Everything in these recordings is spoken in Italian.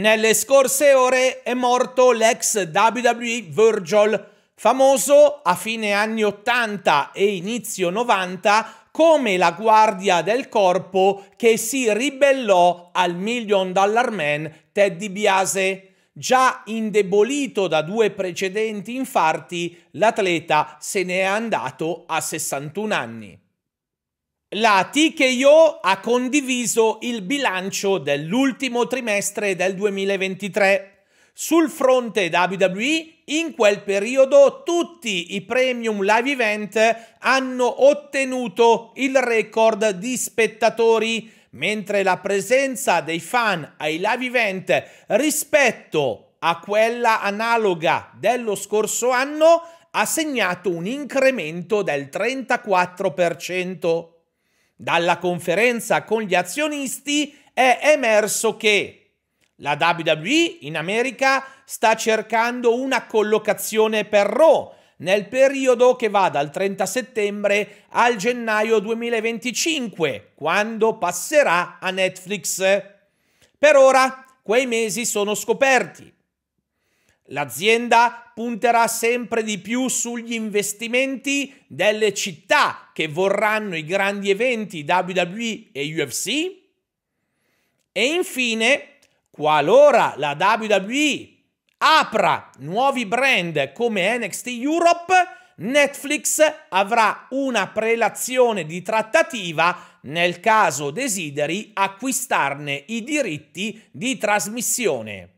Nelle scorse ore è morto l'ex WWE Virgil, famoso a fine anni 80 e inizio 90 come la guardia del corpo che si ribellò al $1 Million Man Ted DiBiase. Già indebolito da 2 precedenti infarti, l'atleta se n'è andato a 61 anni. La TKO ha condiviso il bilancio dell'ultimo trimestre del 2023. Sul fronte WWE, in quel periodo tutti i premium live event hanno ottenuto il record di spettatori, mentre la presenza dei fan ai live event rispetto a quella analoga dello scorso anno ha segnato un incremento del 34%. Dalla conferenza con gli azionisti è emerso che la WWE in America sta cercando una collocazione per Raw nel periodo che va dal 30 settembre al gennaio 2025, quando passerà a Netflix. Per ora quei mesi sono scoperti. L'azienda punterà sempre di più sugli investimenti delle città che vorranno i grandi eventi WWE e UFC. E infine, qualora la WWE apra nuovi brand come NXT Europe, Netflix avrà una prelazione di trattativa nel caso desideri acquistarne i diritti di trasmissione.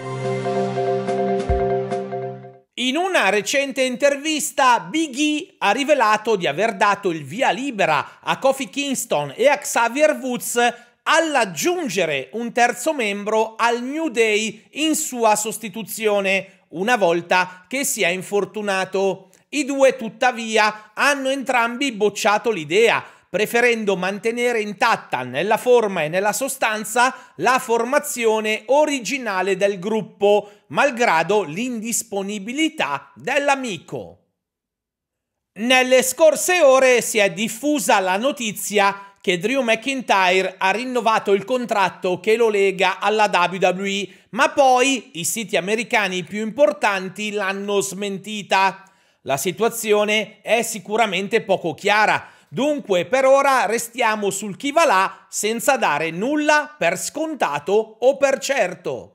In una recente intervista, Big E ha rivelato di aver dato il via libera a Kofi Kingston e a Xavier Woods all'aggiungere un terzo membro al New Day in sua sostituzione, una volta che si è infortunato. I due, tuttavia, hanno entrambi bocciato l'idea, preferendo mantenere intatta nella forma e nella sostanza la formazione originale del gruppo, malgrado l'indisponibilità dell'amico. Nelle scorse ore si è diffusa la notizia che Drew McIntyre ha rinnovato il contratto che lo lega alla WWE, ma poi i siti americani più importanti l'hanno smentita. La situazione è sicuramente poco chiara. Dunque, per ora restiamo sul chi va là senza dare nulla per scontato o per certo.